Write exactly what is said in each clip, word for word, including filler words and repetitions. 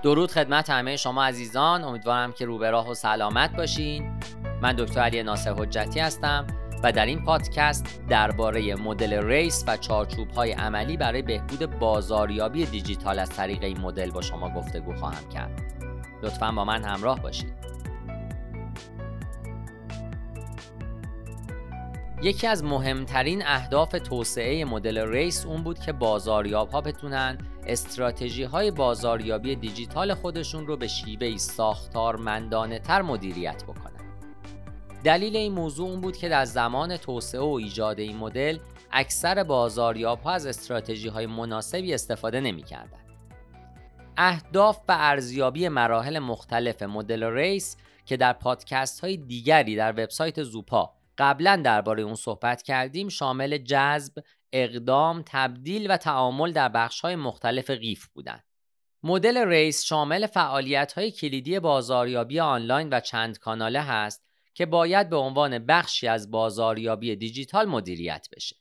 درود خدمت همه شما عزیزان، امیدوارم که رو به راه و سلامت باشین. من دکتر علی ناصر حجتی هستم و در این پادکست درباره مدل ریس و چارچوب‌های عملی برای بهبود بازاریابی دیجیتال از طریق این مدل با شما گفتگو خواهم کرد. لطفاً با من همراه باشید. یکی از مهمترین اهداف توسعه مدل ریس اون بود که بازاریاب‌ها بتونن استراتژی‌های بازاریابی دیجیتال خودشون رو به شیوهی ساختارمندانه تر مدیریت بکنن. دلیل این موضوع اون بود که در زمان توسعه و ایجاد این مدل اکثر بازاریاب‌ها از استراتژی‌های مناسبی استفاده نمی‌کردند. اهداف و ارزیابی مراحل مختلف مدل ریس که در پادکست‌های دیگری در وبسایت زوپا قبلا درباره اون صحبت کردیم شامل جذب، اقدام، تبدیل و تعامل در بخش‌های مختلف قیف بودند. مدل ریس شامل فعالیت‌های کلیدی بازاریابی آنلاین و چند کاناله هست که باید به عنوان بخشی از بازاریابی دیجیتال مدیریت بشه.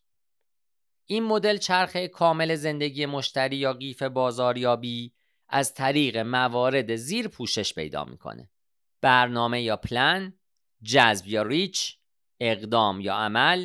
این مدل چرخه کامل زندگی مشتری یا قیف بازاریابی از طریق موارد زیر پوشش پیدا می‌کنه: برنامه یا پلن، جذب یا ریچ، اقدام یا عمل،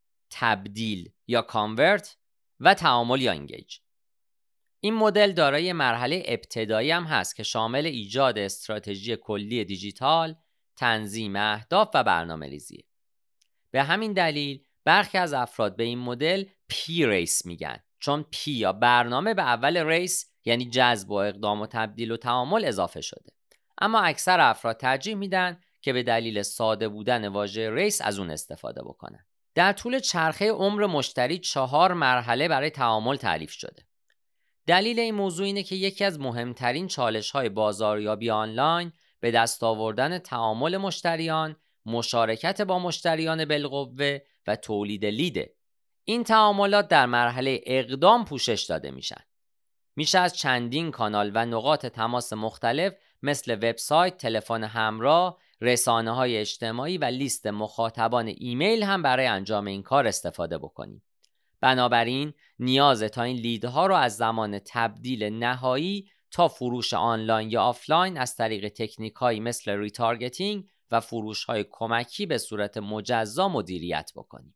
تبدیل یا کانورت و تعامل یا انگیج. این مدل دارای مرحله ابتدایی هم هست که شامل ایجاد استراتژی کلی دیجیتال، تنظیم اهداف و برنامه‌ریزی. به همین دلیل برخی از افراد به این مدل پی ریس میگن، چون پی یا برنامه به اول ریس یعنی جذب و اقدام و تبدیل و تعامل اضافه شده. اما اکثر افراد ترجیح میدن که به دلیل ساده بودن واژه ریس از اون استفاده بکنن. در طول چرخه عمر مشتری چهار مرحله برای تعامل تعریف شده. دلیل این موضوع اینه که یکی از مهمترین چالش‌های بازاریابی آنلاین به دست آوردن تعامل مشتریان، مشارکت با مشتریان بالقوه و تولید لیده. این تعاملات در مرحله اقدام پوشش داده میشن. میشه از چندین کانال و نقاط تماس مختلف مثل وبسایت، تلفن همراه، رسانه‌های اجتماعی و لیست مخاطبان ایمیل هم برای انجام این کار استفاده بکنیم. بنابراین نیاز تا این لیدها رو از زمان تبدیل نهایی تا فروش آنلاین یا آفلاین از طریق تکنیک‌هایی مثل ریتارگتینگ و فروش‌های کمکی به صورت مجزا مدیریت بکنیم.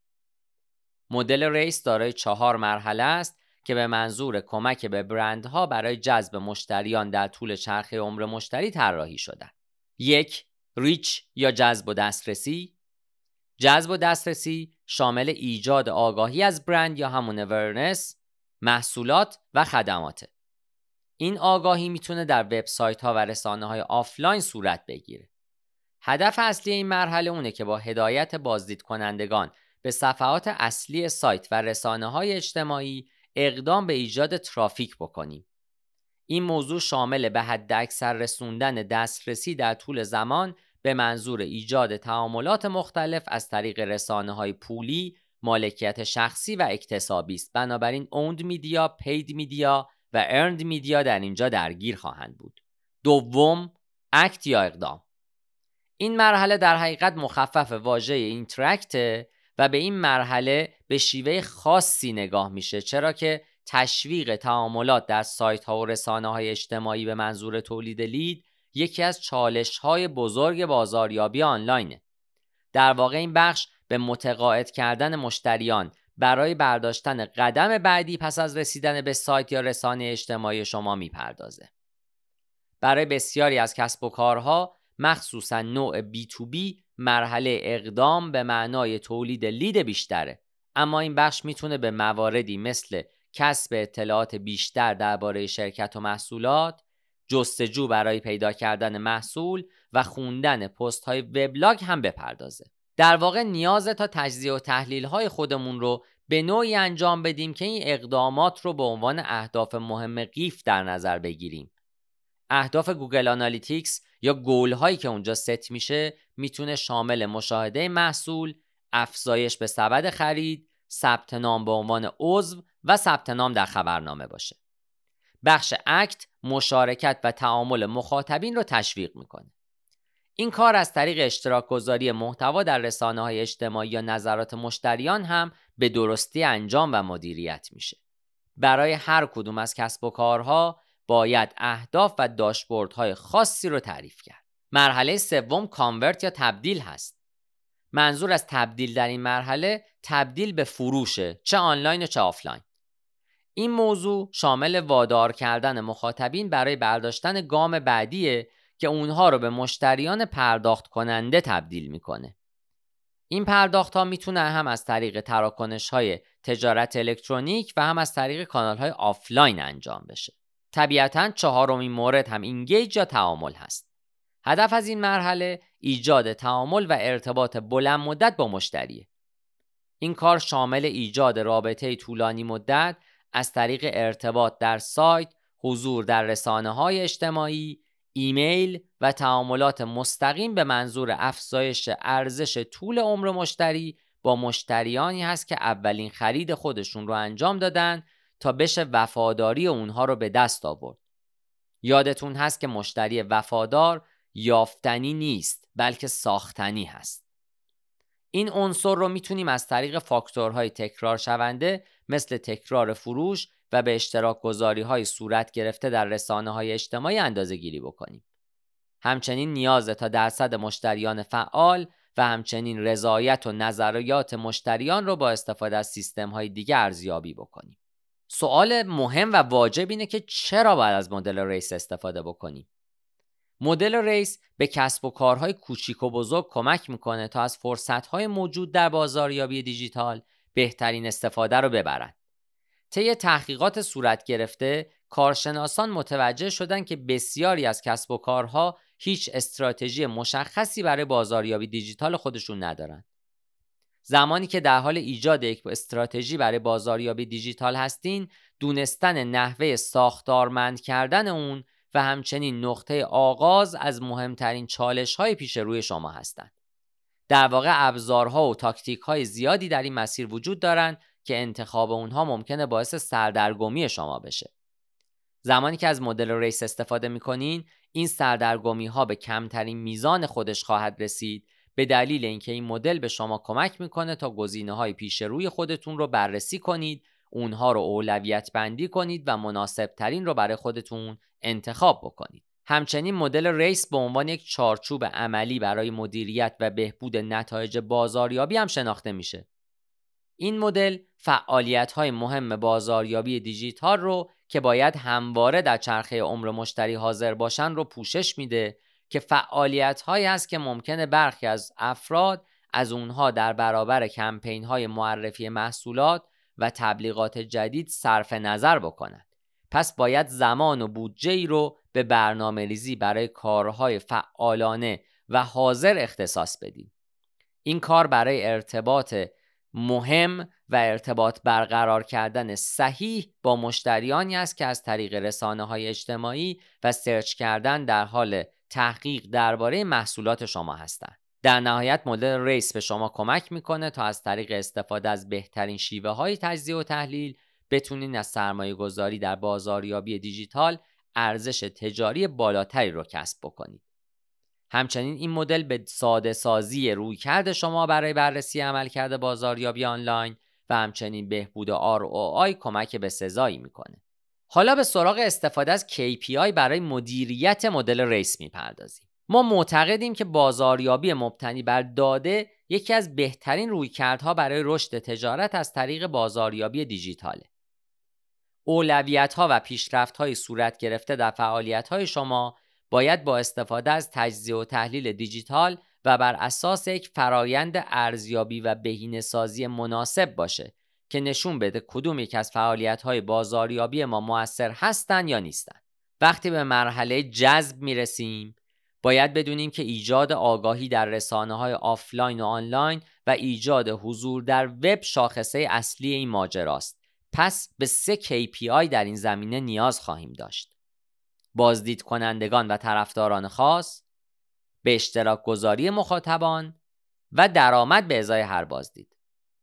مدل ریس دارای چهار مرحله است که به منظور کمک به برندها برای جذب مشتریان در طول چرخه عمر مشتری طراحی شدند. یک، ریچ یا جذب و دسترسی. جذب و دسترسی شامل ایجاد آگاهی از برند یا همون اورنس، محصولات و خدماته. این آگاهی میتونه در وبسایت ها و رسانه های آفلاین صورت بگیره. هدف اصلی این مرحله اونه که با هدایت بازدید کنندگان به صفحات اصلی سایت و رسانه های اجتماعی اقدام به ایجاد ترافیک بکنیم. این موضوع شامل به حد اکثر رسوندن دسترسی در طول زمان به منظور ایجاد تعاملات مختلف از طریق رسانه‌های پولی، مالکیت شخصی و اکتسابی است. بنابراین اوند میدیا، پید میدیا و ارند میدیا در اینجا درگیر خواهند بود. دوم، اکت یا اقدام. این مرحله در حقیقت مخفف واژه اینتراکت و به این مرحله به شیوه خاصی نگاه میشه، چرا که تشویق تعاملات در سایت ها و رسانه های اجتماعی به منظور تولید لید یکی از چالش های بزرگ بازاریابی آنلاینه. در واقع این بخش به متقاعد کردن مشتریان برای برداشتن قدم بعدی پس از رسیدن به سایت یا رسانه اجتماعی شما میپردازه. برای بسیاری از کسب و کارها، مخصوصا نوع بی تو بی، مرحله اقدام به معنای تولید لید بیشتره، اما این بخش میتونه به مواردی مثل کسب اطلاعات بیشتر درباره شرکت و محصولات، جستجو برای پیدا کردن محصول و خوندن پست های وبلاگ هم بپردازه. در واقع نیازه تا تجزیه و تحلیل های خودمون رو به نوعی انجام بدیم که این اقدامات رو به عنوان اهداف مهم قیف در نظر بگیریم. اهداف گوگل آنالیتیکس یا گول هایی که اونجا ست میشه میتونه شامل مشاهده محصول، افزایش به سبد خرید، ثبت نام به عنوان عضو و ثبت نام در خبرنامه باشه. بخش اکت مشارکت و تعامل مخاطبین رو تشویق میکنه. این کار از طریق اشتراک گذاری محتوا در رسانه‌های اجتماعی یا نظرات مشتریان هم به درستی انجام و مدیریت میشه. برای هر کدوم از کسب و کارها باید اهداف و داشبوردهای خاصی رو تعریف کرد. مرحله سوم کانورت یا تبدیل هست. منظور از تبدیل در این مرحله تبدیل به فروشه، چه آنلاین و چه آفلاین. این موضوع شامل وادار کردن مخاطبین برای برداشتن گام بعدیه که اونها رو به مشتریان پرداخت کننده تبدیل میکنه. این پرداخت ها میتونه هم از طریق تراکنش های تجارت الکترونیک و هم از طریق کانال های آفلاین انجام بشه. طبیعتاً چهارمین مورد هم اینگیج یا تعامل هست. هدف از این مرحله ایجاد تعامل و ارتباط بلند مدت با مشتریه. این کار شامل ایجاد رابطه طولانی مدت از طریق ارتباط در سایت، حضور در رسانه‌های اجتماعی، ایمیل و تعاملات مستقیم به منظور افزایش ارزش طول عمر مشتری با مشتریانی هست که اولین خرید خودشون رو انجام دادن تا بشه وفاداری اونها رو به دست آورد. یادتون هست که مشتری وفادار یافتنی نیست بلکه ساختنی هست. این عنصر رو میتونیم از طریق فاکتورهای تکرار شونده مثل تکرار فروش و به اشتراک گذاری های صورت گرفته در رسانه های اجتماعی اندازه گیری بکنیم. همچنین نیاز تا درصد مشتریان فعال و همچنین رضایت و نظریات مشتریان رو با استفاده از سیستم های دیگه ارزیابی بکنیم. سوال مهم و واجب اینه که چرا باید از مدل ریس استفاده بکنیم؟ مدل ریس به کسب و کارهای کوچیک و بزرگ کمک میکنه تا از فرصتهای موجود در بازاریابی دیجیتال بهترین استفاده رو ببرن. طی تحقیقات صورت گرفته، کارشناسان متوجه شدن که بسیاری از کسب و کارها هیچ استراتژی مشخصی برای بازاریابی دیجیتال خودشون ندارن. زمانی که در حال ایجاد یک استراتژی برای بازاریابی دیجیتال هستین، دونستن نحوه ساختارمند کردن اون و همچنین نقطه آغاز از مهمترین چالش‌های پیش روی شما هستند. در واقع ابزارها و تاکتیک‌های زیادی در این مسیر وجود دارند که انتخاب اونها ممکنه باعث سردرگمی شما بشه. زمانی که از مدل ریس استفاده می‌کنین، این سردرگمی‌ها به کمترین میزان خودش خواهد رسید به دلیل اینکه این مدل به شما کمک می‌کنه تا گزینه‌های پیش روی خودتون رو بررسی کنید، اونها رو اولویت بندی کنید و مناسب‌ترین رو برای خودتون انتخاب بکنید. همچنین مدل ریس به عنوان یک چارچوب عملی برای مدیریت و بهبود نتایج بازاریابی هم شناخته میشه. این مدل فعالیت‌های مهم بازاریابی دیجیتال رو که باید همواره در چرخه عمر مشتری حاضر باشن رو پوشش میده که فعالیت‌هایی هست که ممکنه برخی از افراد از اونها در برابر کمپین‌های معرفی محصولات و تبلیغات جدید صرف نظر بکنند. پس باید زمان و بودجه‌ای رو به برنامه‌ریزی برای کارهای فعالانه و حاضر اختصاص بدید. این کار برای ارتباط مهم و ارتباط برقرار کردن صحیح با مشتریانی است که از طریق رسانه‌های اجتماعی و سرچ کردن در حال تحقیق درباره محصولات شما هستند. در نهایت مدل ریس به شما کمک میکنه تا از طریق استفاده از بهترین شیوه های تجزیه و تحلیل بتونین از سرمایه گذاری در بازاریابی دیجیتال ارزش تجاری بالاتری رو کسب بکنید. همچنین این مدل به ساده سازی رویکرد شما برای بررسی عملکرد بازاریابی آنلاین و همچنین بهبود آر او آی کمک به سزایی میکنه. حالا به سراغ استفاده از کی پی آی برای مدیریت مدل ریس میپردازیم. ما معتقدیم که بازاریابی مبتنی بر داده یکی از بهترین رویکردها برای رشد تجارت از طریق بازاریابی دیجیتاله. اولویت‌ها و پیشرفت‌های صورت گرفته در فعالیت‌های شما باید با استفاده از تجزیه و تحلیل دیجیتال و بر اساس یک فرایند ارزیابی و بهینه‌سازی مناسب باشه که نشون بده کدوم یک از فعالیت‌های بازاریابی ما مؤثر هستن یا نیستن. وقتی به مرحله جذب میرسیم، باید بدونیم که ایجاد آگاهی در رسانه‌های آفلاین و آنلاین و ایجاد حضور در وب شاخصه اصلی این ماجراست. پس به سه کی پی آی در این زمینه نیاز خواهیم داشت: بازدید کنندگان و طرفداران خاص، به اشتراک گذاری مخاطبان و درآمد به ازای هر بازدید.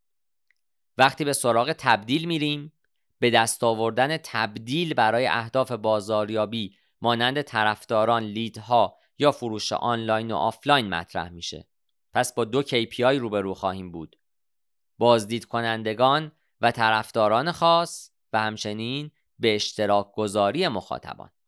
وقتی به سراغ تبدیل میریم، به دست آوردن تبدیل برای اهداف بازاریابی مانند طرفداران، لیدها یا فروش آنلاین و آفلاین مطرح میشه. پس با دو کی پی آی روبرو خواهیم بود: بازدید کنندگان و طرفداران خاص و همچنین به اشتراک گذاری مخاطبان.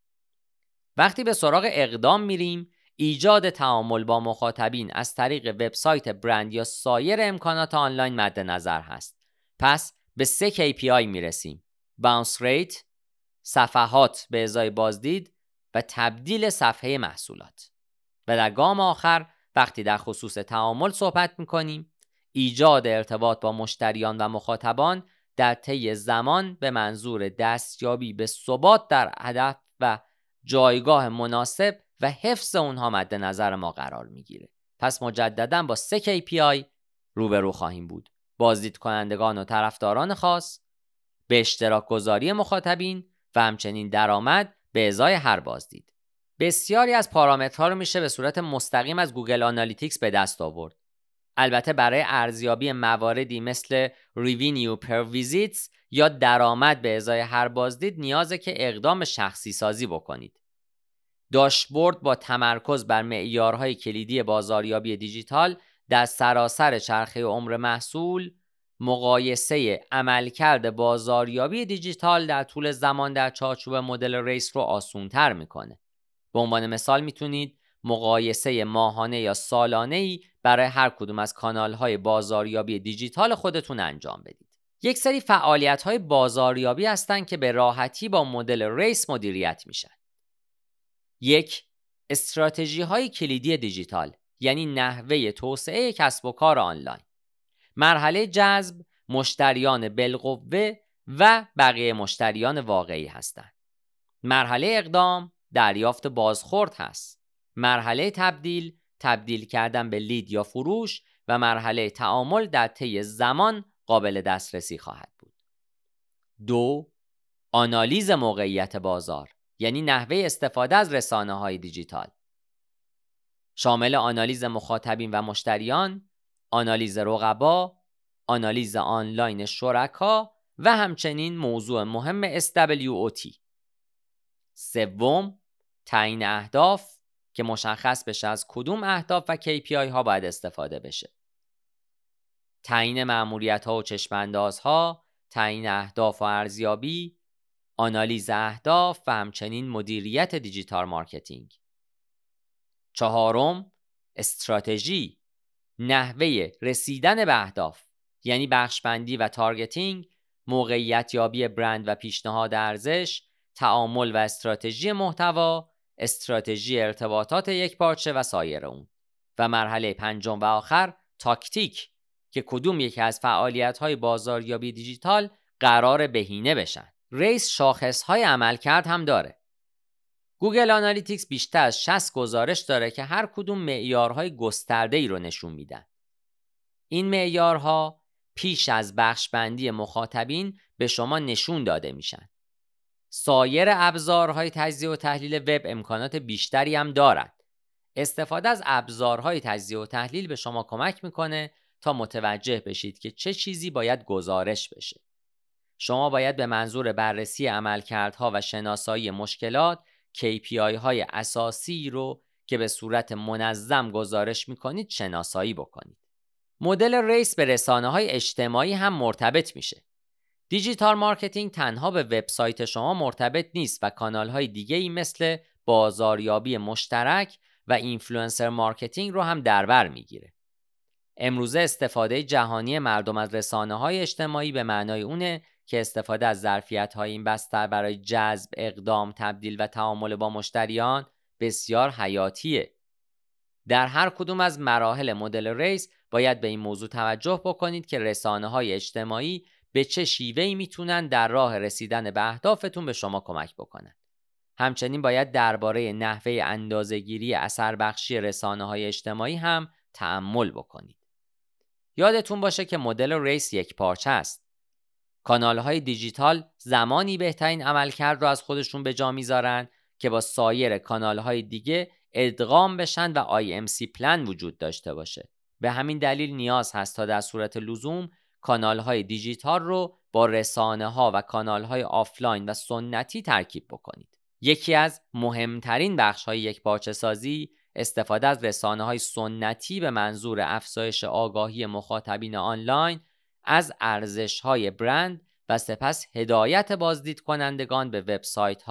وقتی به سراغ اقدام میریم، ایجاد تعامل با مخاطبین از طریق وبسایت برند یا سایر امکانات آنلاین مد نظر هست. پس به سه کی پی آی میرسیم: باونس ریت، صفحات به ازای بازدید و تبدیل صفحه محصولات. و در گام آخر وقتی در خصوص تعامل صحبت میکنیم، ایجاد ارتباط با مشتریان و مخاطبان در طی زمان به منظور دستیابی به ثبات در هدف و جایگاه مناسب و حفظ اونها مد نظر ما قرار میگیره. پس مجددا با سه کی پی آی روبرو خواهیم بود: بازدید کنندگان و طرفداران خاص، به اشتراک گذاری مخاطبین و همچنین درآمد به ازای هر بازدید. بسیاری از پارامترها رو میشه به صورت مستقیم از گوگل آنالیتیکس به دست آورد. البته برای ارزیابی مواردی مثل revenue per visits یا درآمد به ازای هر بازدید نیازه که اقدام شخصی سازی بکنید. داشبورد با تمرکز بر معیارهای کلیدی بازاریابی دیجیتال در سراسر چرخه عمر محصول، مقایسه عملکرد بازاریابی دیجیتال در طول زمان در چارچوب مدل ریس رو آسان‌تر میکنه. به عنوان مثال میتونید مقایسه ماهانه یا سالانه‌ای برای هر کدوم از کانال‌های بازاریابی دیجیتال خودتون انجام بدید. یک سری فعالیت‌های بازاریابی هستن که به راحتی با مدل ریس مدیریت میشن. یک، استراتژی‌های کلیدی دیجیتال، یعنی نحوه توسعه کسب و کار آنلاین. مرحله جذب مشتریان بالقوه و بقیه مشتریان واقعی هستند. مرحله اقدام دریافت بازخورد هست. مرحله تبدیل تبدیل کردن به لید یا فروش و مرحله تعامل در طی زمان قابل دسترسی خواهد بود. دو، آنالیز موقعیت بازار، یعنی نحوه استفاده از رسانه‌های دیجیتال، شامل آنالیز مخاطبین و مشتریان، آنالیز رقبا، آنالیز آنلاین شرکا و همچنین موضوع مهم اس دبلیو او تی. سوم، تعیین اهداف که مشخص بشه از کدوم اهداف و کی پی آی ها باید استفاده بشه. تعیین مأموریت ها و چشم‌انداز ها، تعیین اهداف و ارزیابی، آنالیز اهداف و همچنین مدیریت دیجیتال مارکتینگ. چهارم، استراتژی، نحوه رسیدن به اهداف، یعنی بخشبندی و تارگتینگ، موقعیت یابی برند و پیشنهاد ارزش، تعامل و استراتژی محتوا، استراتژی ارتباطات یکپارچه و سایر اون. و مرحله پنجم و آخر، تاکتیک، که کدوم یکی از فعالیت‌های بازاریابی دیجیتال قرار بهینه بشن. ریس شاخص‌های عملکرد هم داره. گوگل آنالیتیکس بیشتر از شصت گزارش داره که هر کدوم معیارهای گسترده‌ای رو نشون میدن. این معیارها پیش از بخشبندی مخاطبین به شما نشون داده میشن. سایر ابزارهای تجزیه و تحلیل وب امکانات بیشتری هم دارند. استفاده از ابزارهای تجزیه و تحلیل به شما کمک میکنه تا متوجه بشید که چه چیزی باید گزارش بشه. شما باید به منظور بررسی عملکردها و شناسایی مشکلات کی پی آی های اساسی رو که به صورت منظم گزارش میکنید شناسایی بکنید. مدل ریس به رسانه‌های اجتماعی هم مرتبط میشه. دیجیتال مارکتینگ تنها به وبسایت شما مرتبط نیست و کانال‌های دیگه‌ای مثل بازاریابی مشترک و اینفلوئنسر مارکتینگ رو هم در بر میگیره. امروزه استفاده جهانی مردم از رسانه‌های اجتماعی به معنای اونه که استفاده از ظرفیت‌های این بستر برای جذب، اقدام، تبدیل و تعامل با مشتریان بسیار حیاتیه. در هر کدوم از مراحل مدل ریس باید به این موضوع توجه بکنید که رسانه‌های اجتماعی به چه شیوهی میتونن در راه رسیدن به اهدافتون به شما کمک بکنن. همچنین باید درباره نحوه اندازه‌گیری اثر بخشی رسانه‌های اجتماعی هم تأمل بکنید. یادتون باشه که مدل ریس یک پارچه است. کانال‌های دیجیتال زمانی بهترین عملکرد رو از خودشون به جا میذارن که با سایر کانال‌های دیگه ادغام بشن و آی ام سی پلان وجود داشته باشه. به همین دلیل نیاز هست تا در صورت لزوم کانال‌های دیجیتال رو با رسانه‌ها و کانال‌های آفلاین و سنتی ترکیب بکنید. یکی از مهمترین بخش‌های یکپارچه سازی استفاده از رسانه‌های سنتی به منظور افزایش آگاهی مخاطبین آنلاین از ارزش‌های برند و سپس هدایت بازدید کنندگان به وبسایت‌ها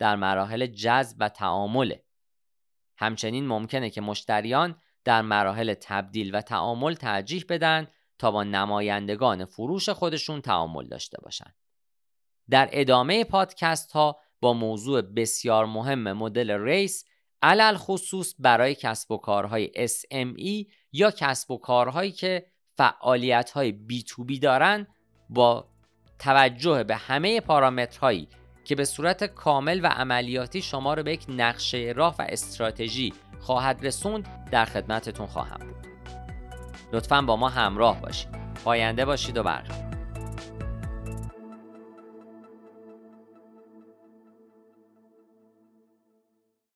در مراحل جذب و تعامله. همچنین ممکنه که مشتریان در مراحل تبدیل و تعامل ترجیح بدن تا با نمایندگان فروش خودشون تعامل داشته باشن. در ادامه پادکست ها با موضوع بسیار مهم مدل ریس، علل خصوص برای کسب و کارهای اس ام ای یا کسب و کارهایی که فعالیت‌های بی تو بی دارن، با توجه به همه پارامترهایی که به صورت کامل و عملیاتی شما رو به یک نقشه راه و استراتژی خواهد رسوند در خدمتتون خواهم بود. لطفاً با ما همراه باشید. پاینده باشید و برقرار.